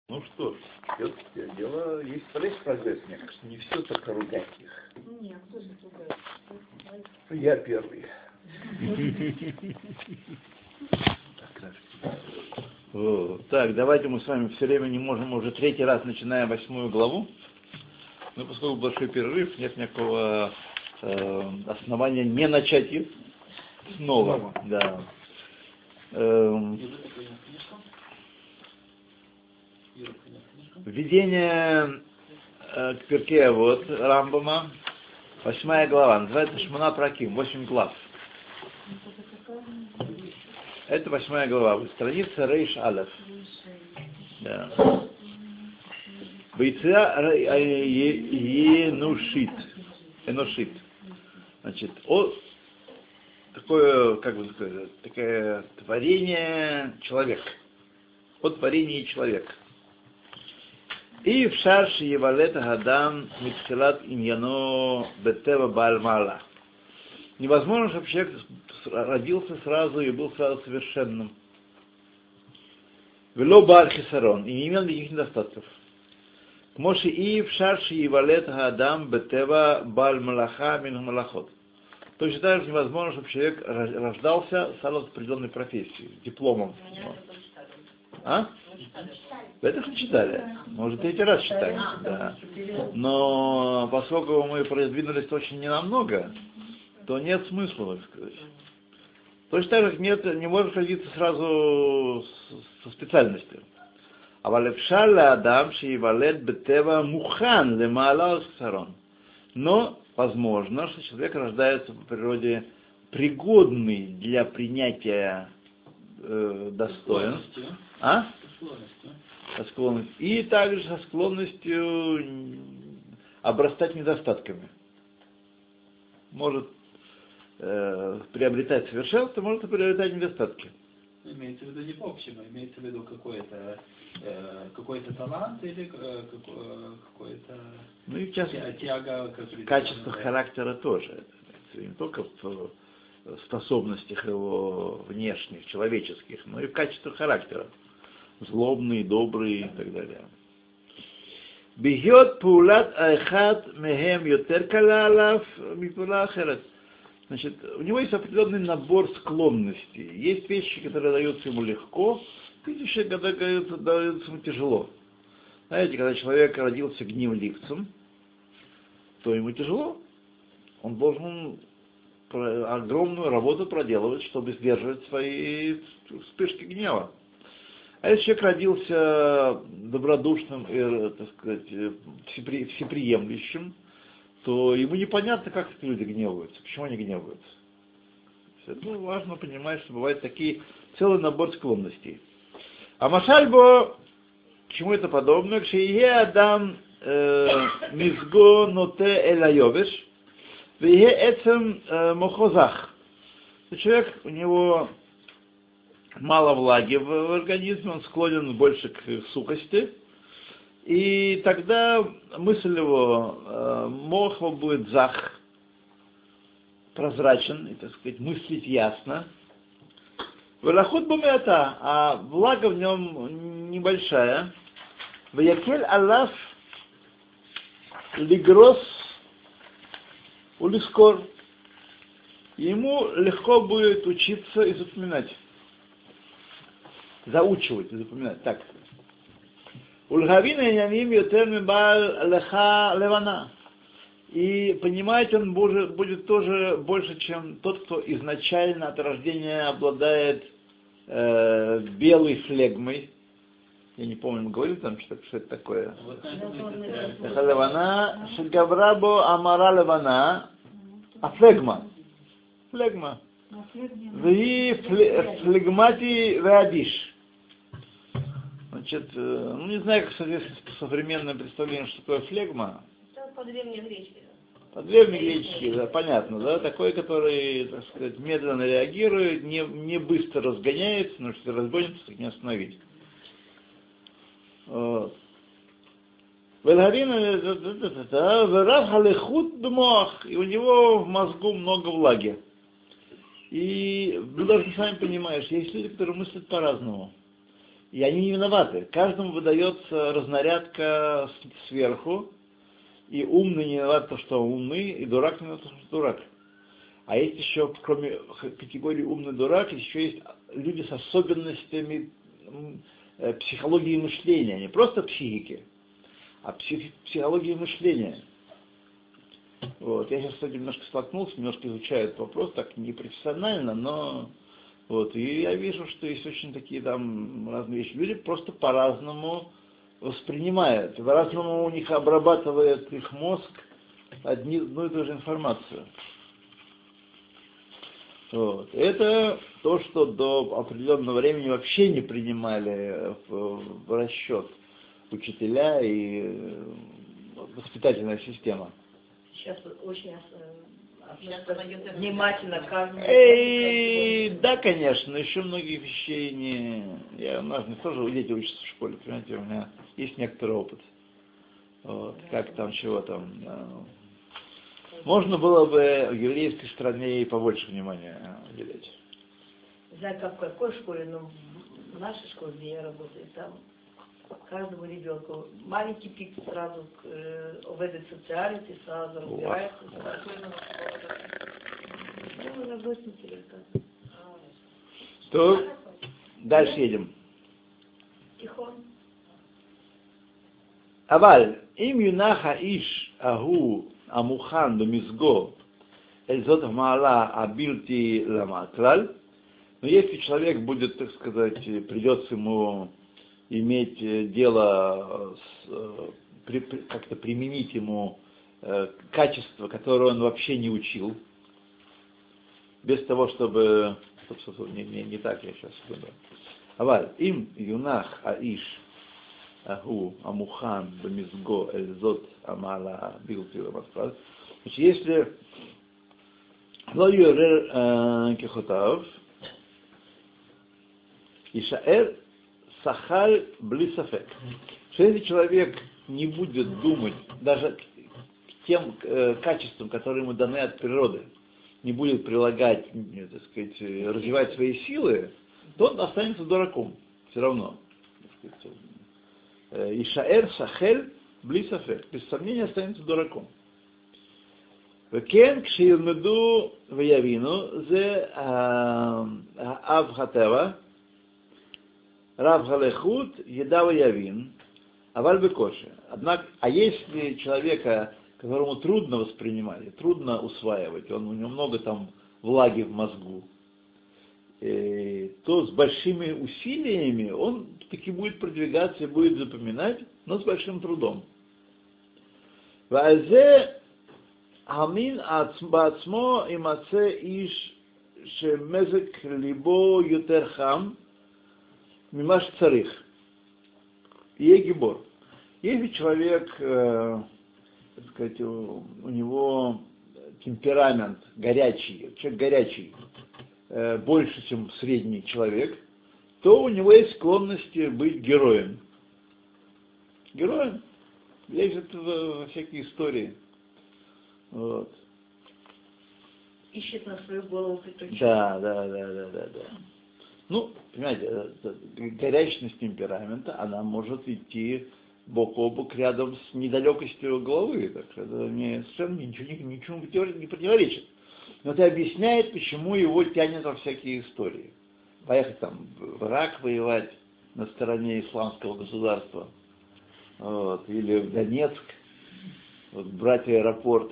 Ну что ж, дело есть прогресс. Мне кажется, не все только ругать их. Нет, кто же ругает? Я первый. Так, давайте мы с вами все время не можем, уже третий раз начинаем 8 главу. Но поскольку большой перерыв, нет никакого основания не начать их снова. Да. Введение к Перке вот Рамбама, 8 глава, называется Шмона Праким, 8 глав. Это 8 глава, страница Рейш Алеф. Да. Бойца Енушит. Значит, такое, как бы сказать, такое творение человека. От творения человека. И в шарши Евалета Гадам Митхилат Иньяно Бетева Бальмала. Невозможно, чтобы человек родился сразу и был сразу совершенным. Вело Баль Хисарон. И не имел никаких недостатков. Моши и в шарши Евалета Гадам Бетева Бальмалаха Мин Малахот. Точно так же невозможно, чтобы человек рождался сразу с определенной профессией, дипломом. А? Это же читали. Может, третий раз читаем. Да. Но поскольку мы продвинулись очень ненамного, то нет смысла, так сказать. Точно так же не может родиться сразу со специальностью. А валепшалла адам шиивалет бетева мухан лемаала сарон. Но возможно, что человек рождается по природе пригодный для принятия достоинств. А? Со склонностью. И также со склонностью обрастать недостатками. Может приобретать совершенство, может и приобретать недостатки. Имеется в виду не по общему, имеется в виду какой-то талант или какой-то ну, и в частности, тяга к качеству характера тоже. Не только в способностях его внешних, человеческих, но и в качестве характера. Злобный, добрый и так далее. Бихет паулат айхат мехем йотер калалав мипула ахерет. Значит, у него есть определенный набор склонностей. Есть вещи, которые даются ему легко, есть вещи, которые даются ему тяжело. Знаете, когда человек родился гневливцем, то ему тяжело. Он должен огромную работу проделывать, чтобы сдерживать свои вспышки гнева. А если человек родился добродушным и, так сказать, всеприемлющим, то ему непонятно, как эти люди гневаются, почему они гневаются. Это важно понимать, что бывают такие целый набор склонностей. А Машальбо, к чему это подобно? К шее адам мизго ноте элайовеш, вее эцем мохозах. Человек, у него мало влаги в организме, он склонен больше к сухости, и тогда мысль его, мох его будет зах, прозрачен, и, так сказать, мыслить ясно. Велахут бумета, а влага в нем небольшая. Ваякель аллаф лигрос улискор. Ему легко будет учиться и запоминать. Заучивать и запоминать. Так. Ульгавин яним йотер мибал леха левана. И понимать он будет тоже больше, чем тот, кто изначально от рождения обладает белой флегмой. Я не помню, мы говорили там, что это такое. Леха левана, шагаврабо амара левана, а флегма. Флегма. Вы флегмати веадиш. Значит, ну не знаю, как современное представление, что такое флегма. Это по-древнегречески. По-древнегречески, да, понятно, да, такой, который, так сказать, медленно реагирует, не быстро разгоняется, но если разгонится, так не остановить. Вот. И у него в мозгу много влаги. И вы должны сами понимаете, есть люди, которые мыслят по-разному. И они не виноваты. Каждому выдается разнарядка сверху, и умный не виноват то, что он умный, и дурак не виноват то, что он дурак. А есть еще, кроме категории умный дурак, еще есть люди с особенностями психологии мышления, не просто психики, а психологии мышления. Вот. Я сейчас с этим немножко столкнулся, немножко изучаю этот вопрос, так непрофессионально, но вот, и я вижу, что есть очень такие там разные вещи. Люди просто по-разному воспринимают, по-разному у них обрабатывает их мозг одну и ту же информацию. Вот. Это то, что до определенного времени вообще не принимали в расчет учителя и воспитательная система. Сейчас очень внимательно к каждому. Да, конечно, еще многих вещей не... У нас не тоже дети учатся в школе, понимаете, у меня есть некоторый опыт. Вот, как там, чего там. Да. Можно было бы в еврейской стране и побольше внимания уделять. Не знаю, как в какой школе, но в нашей школе, где я работаю, там каждому ребенку маленький пик сразу в социальности, сразу разбирается. Ну, работники То дальше едем. Тихон. Аваль, им юнаха иш агу амухан бемизго эльзот маала абилти ламаклаль. Но если человек будет, так сказать, придется ему иметь дело как-то применить ему качество, которое он вообще не учил, без того, чтобы... Не так я сейчас буду. Аваль, им юнах аиш агу амухан бемизго эльзот амала билти ламаклаль. Значит, если ло юрер кехотав ишаэр сахаль блисафек. Что если человек не будет думать даже к тем качествам, которые ему даны от природы, не будет прилагать, так сказать, развивать свои силы, то он останется дураком все равно. Ишаэр сахель блисафек. Без сомнения останется дураком. Кен кшилмеду ваявину зе авхатева Рав Галехут, Едава Явин, Аваль Бекоши. Однако, а если человека, которому трудно воспринимать, трудно усваивать, у него много там влаги в мозгу, то с большими усилиями он таки будет продвигаться и будет запоминать, но с большим трудом. Вазе Амин Ацмо и Маце Иш Шемезек Либо Ютерхам Мимаш царих. Егибор. Если человек, так сказать, у него темперамент горячий, человек горячий, больше, чем средний человек, то у него есть склонности быть героем. Героем. Лезет в всякие истории. Вот. Ищет на свою голову приключения. Да. Ну, понимаете, горячность темперамента, она может идти бок о бок рядом с недалекостью головы. Так что это совершенно ничему не противоречит. Но это объясняет, почему его тянет во всякие истории. Поехать там в Ирак воевать на стороне исламского государства, вот, или в Донецк, вот, брать аэропорт.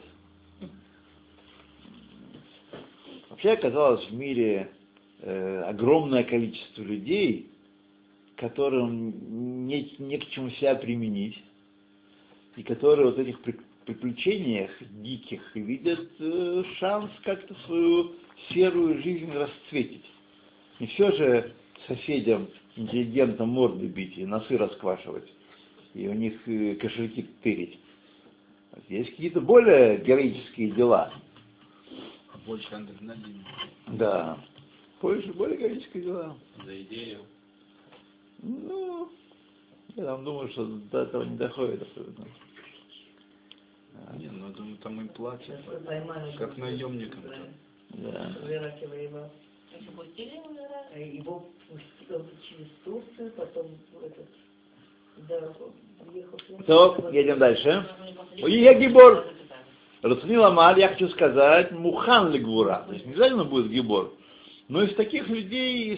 Вообще оказалось в мире огромное количество людей, которым не к чему себя применить, и которые вот в этих приключениях диких видят шанс как-то свою серую жизнь расцветить. Не все же соседям, интеллигентам морды бить и носы расквашивать, и у них кошельки тырить. Есть какие-то более героические дела. Больше адреналина. Да. Более героические дела. За идею. Ну, я там думаю, что до этого не доходит особенно. Не, ну я думаю, там им платят. Как наемникам. Да. В Ираке воевал. Его пустил через Турцию, потом этот, да, уехал. То, едем дальше. Я гибор. Рацунил Амаль, я хочу сказать, мухан ли гвура. То есть не обязательно будет гибор. Но из таких людей,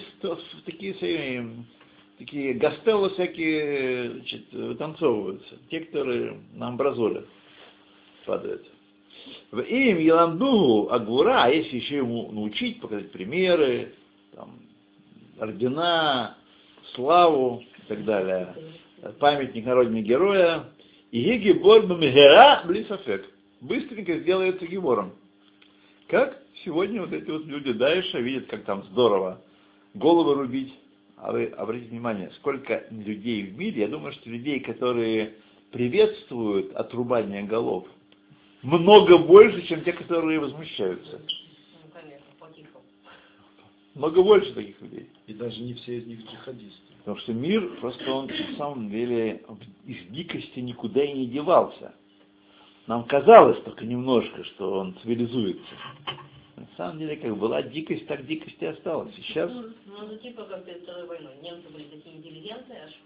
такие госпеллы всякие, значит, вытанцовываются. Те, которые на амбразоле падают. В им Еламдугу Агвура, а если еще ему научить, показать примеры, там, ордена, славу и так далее, памятник народного героя, и гибор бамегера блисафек. Быстренько сделается гибором. Как сегодня вот эти вот люди Даиша видят, как там здорово головы рубить. А вы обратите внимание, сколько людей в мире, я думаю, что людей, которые приветствуют отрубание голов, много больше, чем те, которые возмущаются. Ну, конечно, по-тихому. Много больше таких людей. И даже не все из них джихадисты. Потому что мир просто он на самом деле из дикости никуда и не девался. Нам казалось только немножко, что он цивилизуется. На самом деле, как была дикость, так дикость и осталась. Сейчас... Ну, типа как перед Второй войной. Немцы были такие интеллигентные, аж...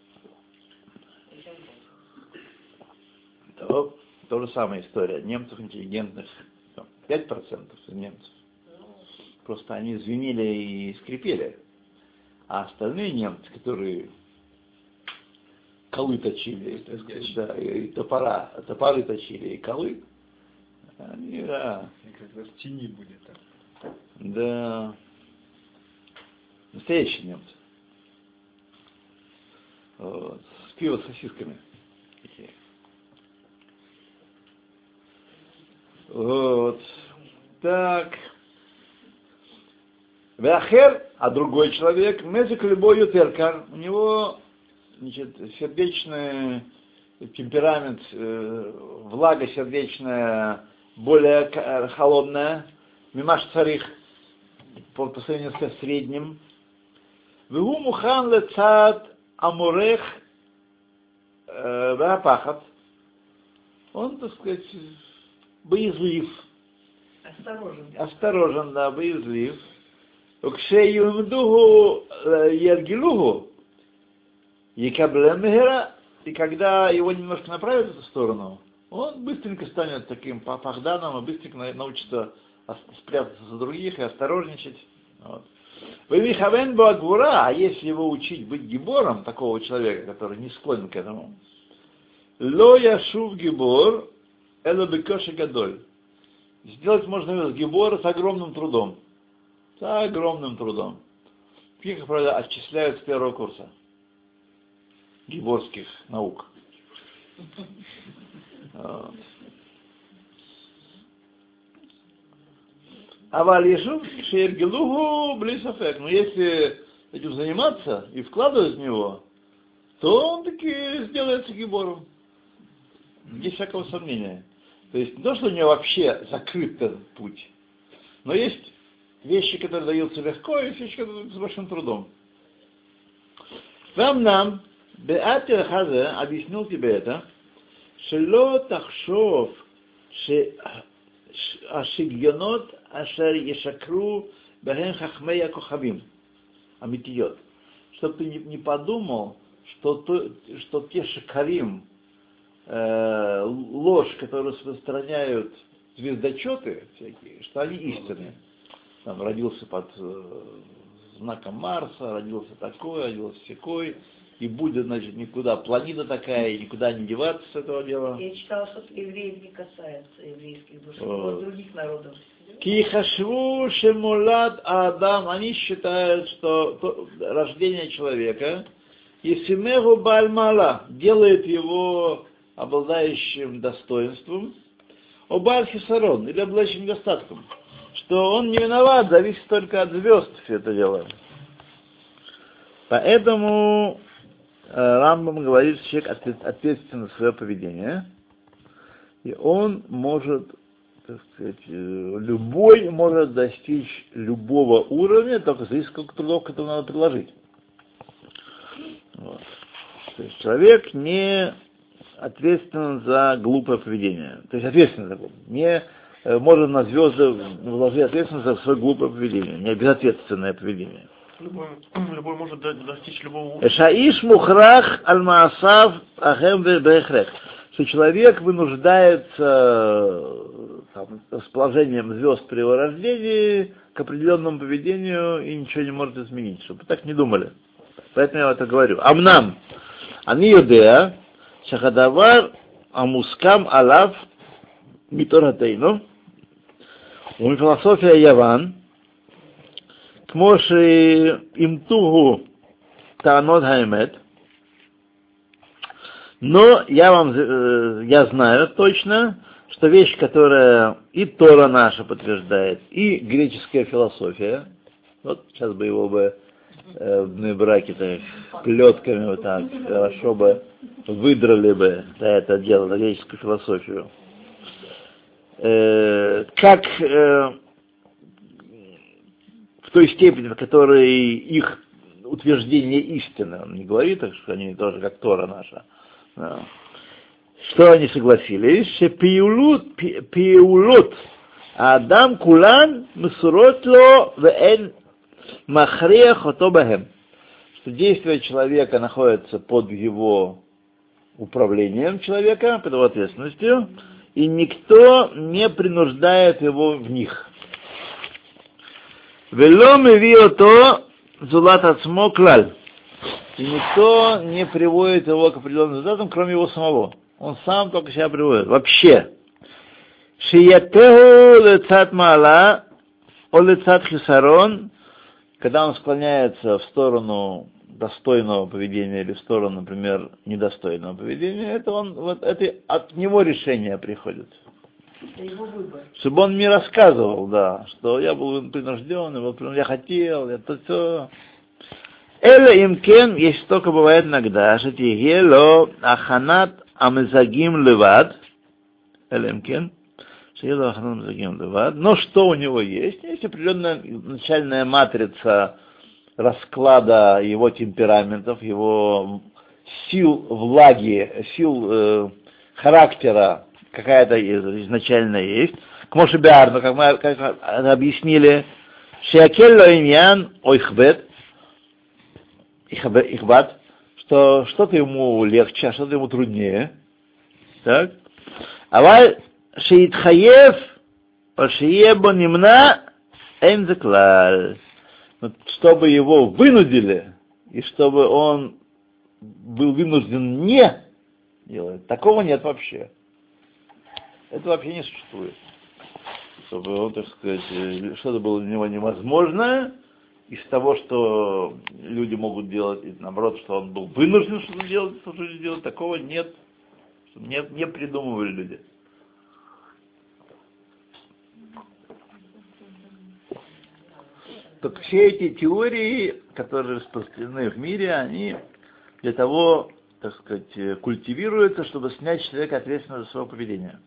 То же самая история. Немцев интеллигентных 5% из немцев. Просто они звенели и скрипели. А остальные немцы, которые колы точили, так сказать, да, и топоры точили, и колы, они, да. И когда в тени будет так. Да. Настоящие немцы. Вот. С пиво с сосисками. Вот. Так. Вахер, а другой человек, мезик любой ютеркар, у него, значит, сердечный темперамент, влага сердечная более холодная, мимаш царих, по сравнению с средним. Вегу мухан лецад амурех веапахат. Он, так сказать, боязлив. Осторожен, да, боязлив. Укшеюмдугу ергилугу якаблем мехера. И когда его немножко направят в эту сторону, он быстренько станет таким пахданом и быстренько научится спрятаться за других и осторожничать. Вот. Вемихавен буагвура, а если его учить быть гибором, такого человека, который не склонен к этому, ло яшув гибор, эло бекоши гадоль. Сделать можно его с гибора с огромным трудом. С огромным трудом. Их, правда, отчисляют с первого курса гиборских наук. Вот. А валишу шейргилугу блисафек. Но если этим заниматься и вкладывать в него, то он таки сделается гибором. Без всякого сомнения. То есть не то, что у него вообще закрыт этот путь, но есть вещи, которые даются легко, и есть вещи, которые даются с большим трудом. Нам Беатир Хазе объяснил тебе это, шело тахшов ашигьонот ашер ешакру бехен хахмея кохавим амитиот. Чтобы ты не подумал, что те шакарим, ложь, которую распространяют звездочеты всякие, что они истинные. Там родился под знаком Марса, родился такой, родился всякой, и будет, значит, никуда планета такая, и никуда не деваться с этого дела. Я читала, что евреев не касается еврейских душ, вот других народов. Кихашву шемулат Адам, они считают, что рождение человека, Есимеху Бальмала, делает его обладающим достоинством, Обаль Хисарон, или обладающим недостатком, что он не виноват, зависит только от звезд все это дело. Поэтому Рамбам говорит, что человек ответственен за свое поведение, и он может, так сказать, любой может достичь любого уровня, только зависит, сколько трудов к этому надо приложить. Вот. То есть человек не ответственен за глупое поведение. То есть ответственен за глупое. может на звезды вложить ответственность за свое глупое поведение, не безответственное поведение. Любой может достичь любого уровня. Шаиш мухрах аль-маасав ахем бехрех. Что человек вынуждается расположением звезд при его рождении к определенному поведению и ничего не может изменить, чтобы так не думали. Поэтому я это говорю. Амнам, они юдея, шахадавар амускам алав миторатейну, философия Яван, кмоши имтугу таанот хаймет. Но я знаю точно, что вещь, которая и Тора наша подтверждает, и греческая философия, вот сейчас бы его бы в браке плетками вот так хорошо бы выдрали бы это дело, на греческую философию. Как в той степени, в которой их утверждение истины, он не говорит, что они тоже как Тора наша. Да. Что они согласились? Пиулут Адам кулан мсурот ло вен махрех ото бахем. Что действия человека находятся под его управлением человека, под его ответственностью, и никто не принуждает его в них. Вело мевиото зулат ацмо клаль. И никто не приводит его к определенным результатам, кроме его самого. Он сам только себя приводит. Вообще. Шиятеху лецат маала, о лецат хисарон, когда он склоняется в сторону достойного поведения или в сторону, например, недостойного поведения, это от него решение приходит. Это его выбор. Чтобы он мне рассказывал, да, что я был принужден, я хотел, это все. Эля имкен, если только бывает иногда, что тигело аханат амезагим левад, эля имкен, тигело аханат амезагим левад, но что у него есть? Есть определенная начальная матрица расклада его темпераментов, его сил влаги, сил характера, какая-то изначально есть. К Мошебиарну, как мы объяснили, шеакелло иньян ойхбет, ихбат, что что-то ему легче, а что-то ему труднее. Так? Аваль шеитхаев, шеебо нимна, энзеклаль. Чтобы его вынудили, и чтобы он был вынужден не делать, такого нет вообще. Это вообще не существует. Чтобы он, так сказать, что-то было для него невозможное, из того, что люди могут делать, и наоборот, что он был вынужден что-то делать, такого нет. Не придумывали люди. Так все эти теории, которые распространены в мире, они для того, так сказать, культивируются, чтобы снять с человека ответственность за свое поведение.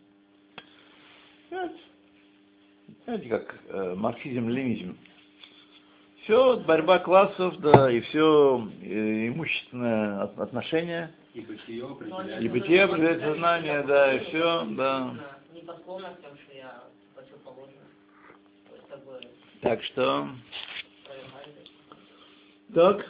Знаете, как марксизм-ленинизм. Все борьба классов, да, и все имущественное отношение. И бытие определяет сознание, да, и все, да. Не по склонностям, что я противоположна. Так что... Так.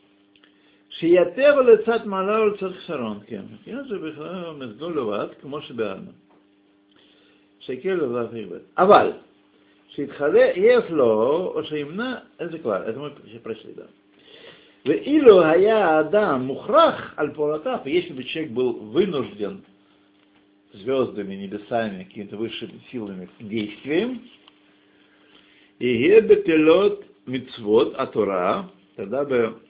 שיתר לצד מעלה ולצד חסרון, כן. כן, זה בכלל מזגו לבד, כמו שבארנו. שקל לבד ויגבד. אבל, שיתחלף לו, או שימנע, איזה כבר, это мы прошли, да. ואילו היה האדם מוכרח על פעולותיו, если бы человек был вынужден звездами, небесами, какими-то высшими силами к действиям, и бетелот мицвот атора, тогда бы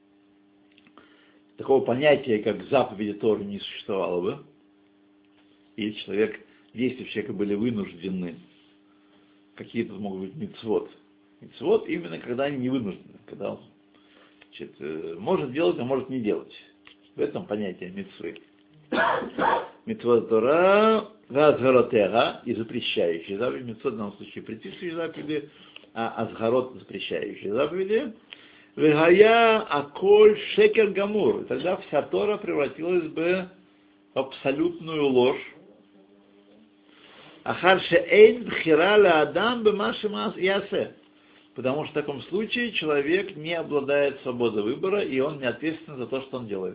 такого понятия, как заповеди Торы, не существовало бы. И действия человека были вынуждены. Какие-то могут быть мицвот. Мицвот именно когда они не вынуждены, когда он может делать, а может не делать. В этом понятие мицвы. Мицвот Тора, газгаротера, и запрещающие заповеди. Мицвот в данном случае предписывающие заповеди, а азгарот запрещающие заповеди. Вегая аколь шекер гамур. Тогда вся Тора превратилась бы в абсолютную ложь. Ахарше эйн бхира ла адам бемаши ясе. Потому что в таком случае человек не обладает свободой выбора, и он не ответственен за то, что он делает.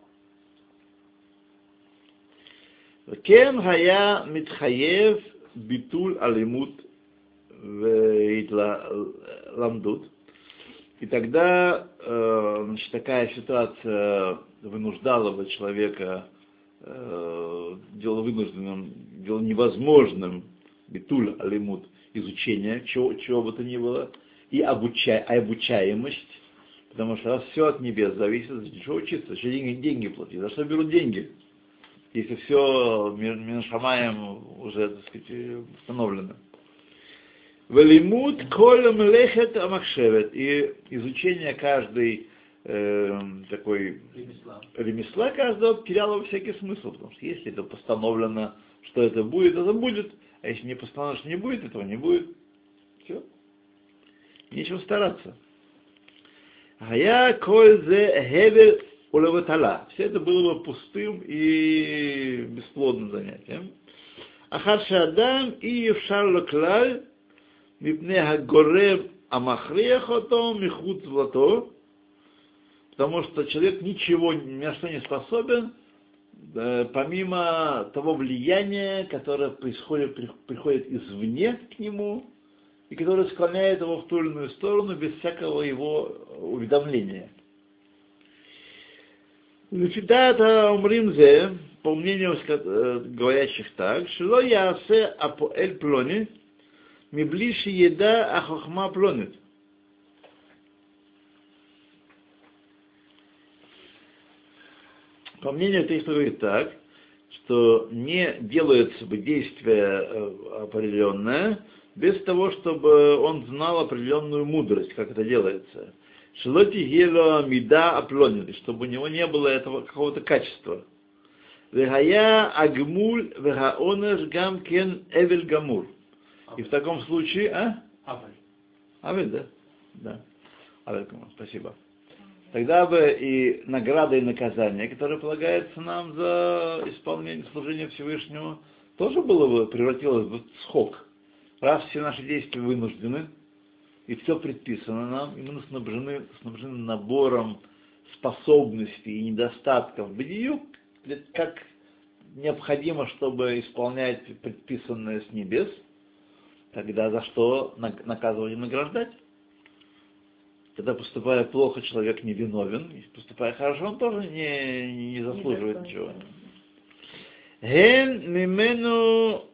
Кен хая митхаев битуль алимут ламдут. И тогда такая ситуация вынуждала бы человека, делала вынужденным, делала невозможным битуль алимут, изучение чего бы то ни было, и обучаемость, потому что раз все от небес зависит, за что учиться, за что деньги платить, за что берут деньги, если все Миншамаем уже, так сказать, установлено. Велимут колем лехет амахшевет, и изучение каждой такой ремесла каждого теряло всякий смысл, потому что если это постановлено, что это будет, а если не постановлено, что не будет, этого не будет. Все. Нечего стараться. А я коль зе хевер улеватала. Все это было бы пустым и бесплодным занятием. Ахарша адам и евшар лаклаль мипне хагорем амахриях ото михут злато. Потому что человек ничего, ни на что не способен, помимо того влияния, которое приходит извне к нему, и которое склоняет его в ту или иную сторону без всякого его уведомления. Лефидата умримзе, по мнению говорящих так, шило ясе апоэль плони, миблиши еда ахохма плонит. По мнению тех, кто говорит так, что не делается бы действие определенное без того, чтобы он знал определенную мудрость, как это делается. Шелоти гело мида аплонит, чтобы у него не было этого какого-то качества. Вегая агмуль вегаонеш гам кен эвель гамур. И в таком случае, Авель, да? Да. Авель гамур, спасибо. Тогда бы и награда, и наказание, которое полагается нам за исполнение служения Всевышнему, тоже было бы, превратилось в схок. Раз все наши действия вынуждены, и все предписано нам, и мы снабжены набором способностей и недостатков бдию, как необходимо, чтобы исполнять предписанное с небес, тогда за что наказывать и награждать? Когда поступая плохо, человек не виновен, и поступая хорошо, он тоже не заслуживает ничего. Ген мимену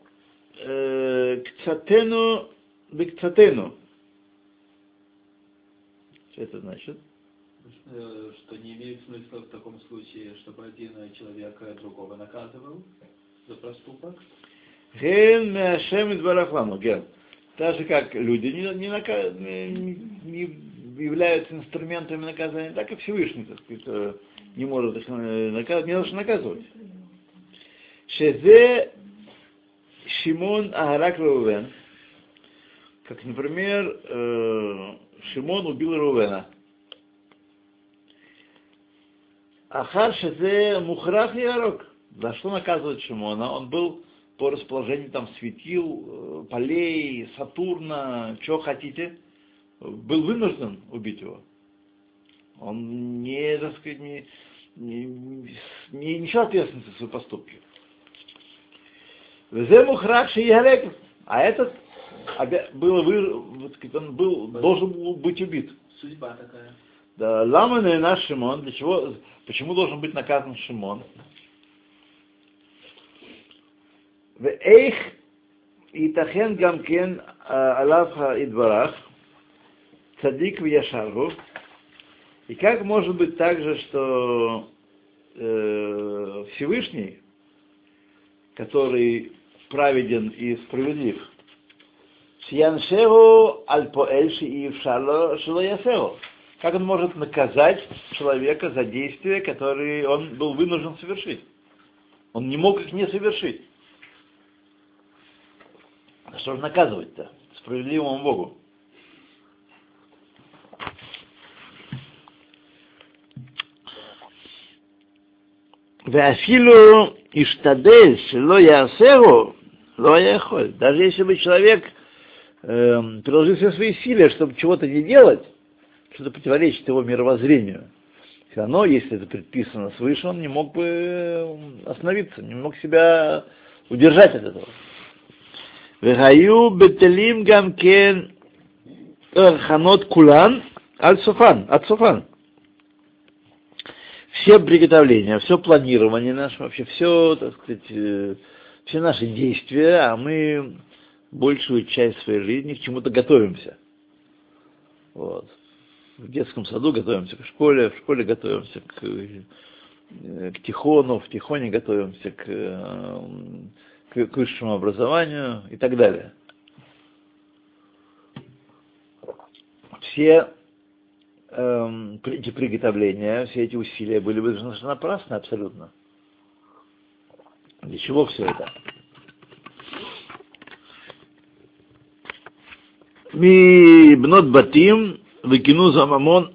кцатену бикцатену. Что это значит? Что не имеет смысла в таком случае, чтобы один человек другого наказывал за проступок. Ген меашем идбарахламу. Ген. Так же, как люди не являются инструментами наказания, так и Всевышний, так сказать, не может их наказывать, не должен наказывать. Шезе Шимон Агарак Рувен, как, например, Шимон убил Рувена. Ахар Шезе Мухрах Ярок. За что наказывать Шимона? Он был по расположению там светил, полей, Сатурна, что хотите, был вынужден убить его. Он не, так сказать, не несет ответственности за свои поступки. А этот должен был быть убит. Судьба такая. Да, ламаный наш Шимон, для чего, почему должен быть наказан Шимон? Вэйх итахен гамкен алафа идварах цадик вяшаргу. И как может быть так же, что Всевышний, который праведен и справедлив, Шияншеву аль-поэльши и шилоясеву, как он может наказать человека за действия, которые он был вынужден совершить? Он не мог их не совершить. А что же наказывать-то справедливому Богу? ואפילו ישתדל שלא יעשהו, Даже если бы человек приложил все свои силы, чтобы чего-то не делать, что-то противоречит его мировоззрению, все равно, если это предписано свыше, он не мог бы остановиться, не мог себя удержать от этого. Вегаю бетелим гамкен ханот кулан от софан. Все приготовления, все планирование наше, вообще все, так сказать, все наши действия, а мы большую часть своей жизни к чему-то готовимся. Вот. В детском саду готовимся к школе, в школе готовимся к тихону, в тихоне готовимся к высшему образованию и так далее. Все эти приготовления, все эти усилия были бы напрасны абсолютно. Для чего все это? Ми бнот батим выкину за мамон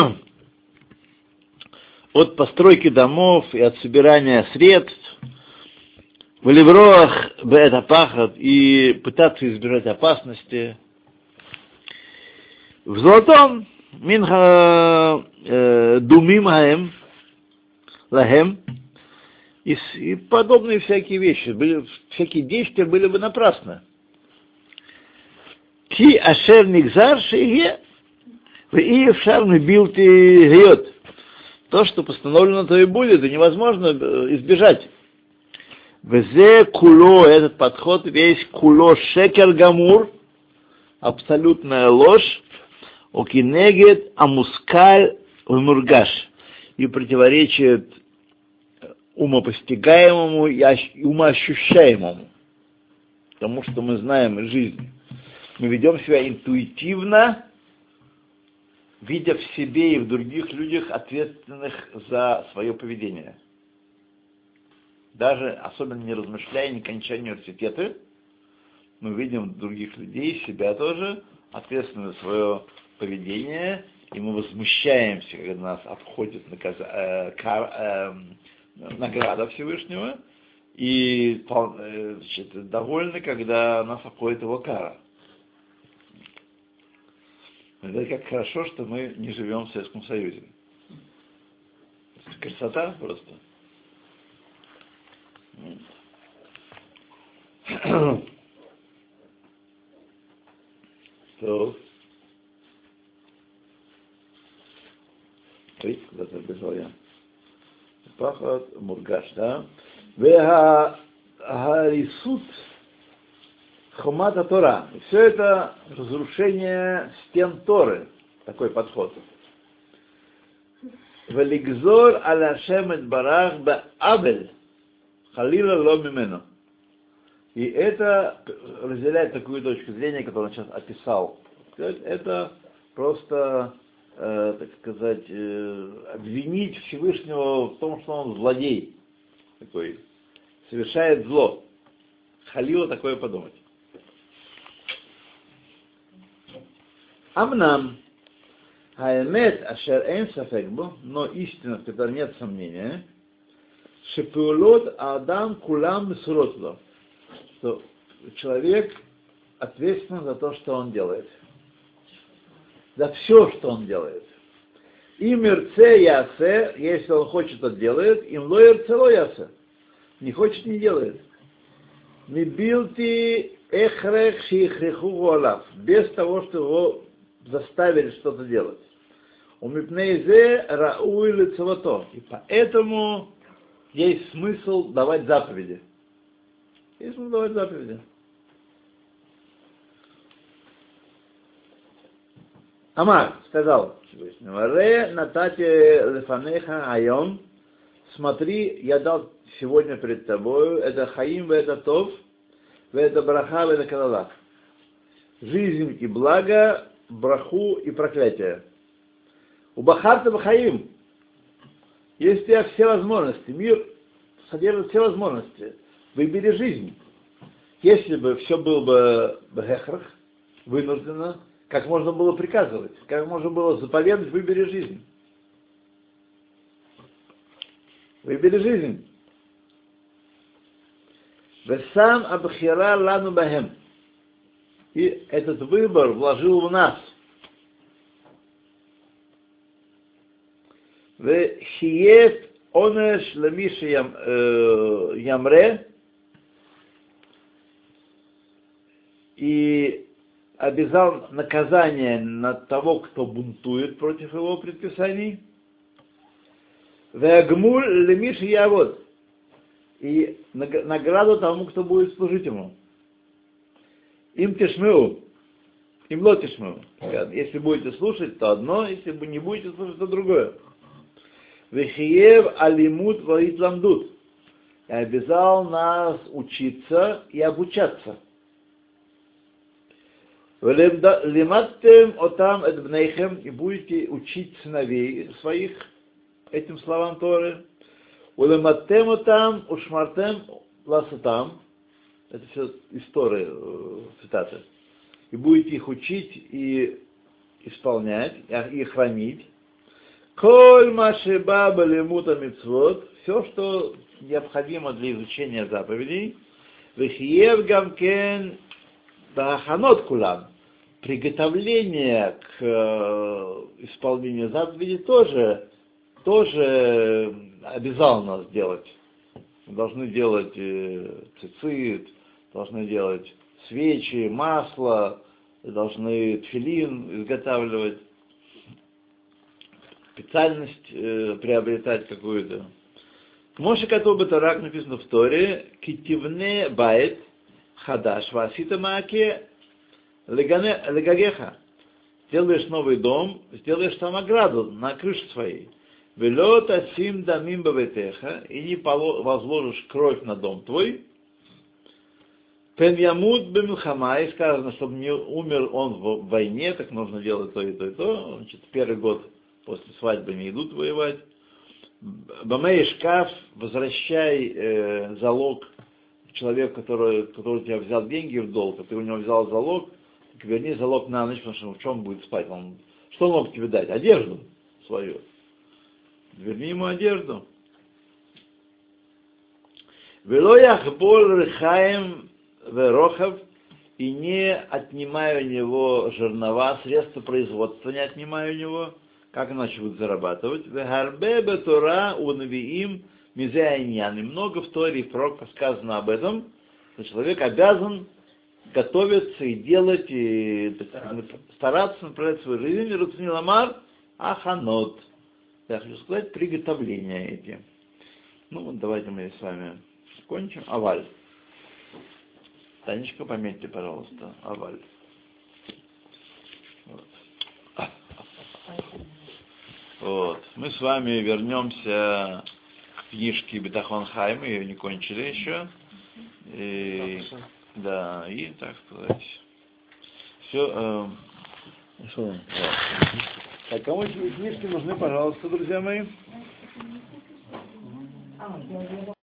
от постройки домов и от собирания средств, в левроах бэта пахат, и пытаться избежать опасности. В золотом минха думим хаем лахем, и подобные всякие вещи, всякие действия были бы напрасны. Ки ашер нигзар шеге, и эфшар билти гьет. То, что постановлено, то и будет, и невозможно избежать. Везе куло, этот подход весь куло шекер гамур, абсолютная ложь, окинегет амускаль умургаш, и противоречит умопостигаемому и умоощущаемому, тому, что мы знаем из жизни. Мы ведем себя интуитивно, видя в себе и в других людях ответственных за свое поведение. Даже особенно не размышляя, не кончая университеты, мы видим в других людей, себя тоже, ответственных за свое поведение, и мы возмущаемся, когда нас обходит награда Всевышнего, и довольны, когда нас обходит его кара. Это как хорошо, что мы не живем в Советском Союзе. Красота просто. Что? Ой, куда-то бежал я. Пахат, мургаш, да? Веха-харисут хумата Тора. Все это разрушение стен Торы. Такой подход. Велигзор аля шемет барах ба абель. Халила ло мимену. И это разделяет такую точку зрения, которую он сейчас описал. Это просто, так сказать, обвинить Всевышнего в том, что он злодей. Такой, совершает зло. Халила такое подумать. Амнам. Хаэмет ашер эйн сафек бо, но истина, в которой нет сомнения, шепеулот адам кулам мисуротло, что человек ответственен за то, что он делает. За все, что он делает. И мерце ясе, если он хочет, то делает, им лоер цело ясе. Не хочет, не делает. Мибилти эхрех шихреху голав, без того, что его заставили что-то делать. У мипнейзе рауи лицевато. И поэтому есть смысл давать заповеди. Есть смысл давать заповеди. Амар сказал Всевышнему: Ре натате лефанеха айом. Смотри, я дал сегодня перед тобою, это хаим, это тов, это браха, это калала. Жизнь и благо, браху и проклятие. У бахарта бахаим. Есть у тебя все возможности. Мир содержит все возможности. Выбери жизнь. Если бы все было бы бехехрах, вынуждено, как можно было приказывать, как можно было заповедать, выбери жизнь. Выбери жизнь. Весам абхира лану бахем. И этот выбор вложил в нас. Вехиев онеш ламиши ямре. И обязал наказание на того, кто бунтует против его предписаний. Веагмуль лемиши явод. И награду тому, кто будет служить ему. Им тишмеу. Им ло тишмеу. Если будете слушать, то одно, если вы не будете слушать, то другое. Вехиев алимут ваит ламдут. И обязал нас учиться и обучаться. Лиматтем отам эдбнейхем, и будете учить сыновей своих этим словам Торы. Улематтем отам ушмартем ласатам. Это все истории, цитаты. И будете их учить и исполнять, и хранить. Коль машеба балимута мицвот, все, что необходимо для изучения заповедей. Вехиев гамкен баханот кулам. Приготовление к исполнению заповедей тоже обязал нас делать. Мы должны делать цицит, должны делать свечи, масло, должны тфилин изготавливать, специальность приобретать какую-то. Моше Катуб Тарак написано в Торе: «Китивне байт хадаш васита мааке легагеха». Сделаешь новый дом, сделаешь там ограду на крыше своей. «Велот асим дамим баветеха», и не возложишь кровь на дом твой. «Пен ямут бемилхама», и сказано, чтобы не умер он в войне, так нужно делать то и то и то. Значит, первый год после свадьбы не идут воевать. Бамей шкаф, возвращай залог человеку, который у тебя взял деньги в долг, а ты у него взял залог, так верни залог на ночь, потому что в чем будет спать? Что он мог тебе дать? Одежду свою. Верни ему одежду. Вело яхбол рехаем верохав, и не отнимаю у него жернова, средства производства не отнимаю у него. Как иначе будут зарабатывать? Вегарбе бетора унавиим мизеайньян. И много в Торе и в пророках сказано об этом, что человек обязан готовиться и делать, и стараться направлять свою жизнь. Руцни ламар аханот. Я хочу сказать, приготовления эти. Ну вот давайте мы с вами кончим. Аваль. Танечка, пометьте, пожалуйста, аваль. Вот. Мы с вами вернемся к книжке Бетахон Хай, мы ее не кончили еще. И, да, и так сказать. Все. Так, кому эти книжки нужны, пожалуйста, друзья мои?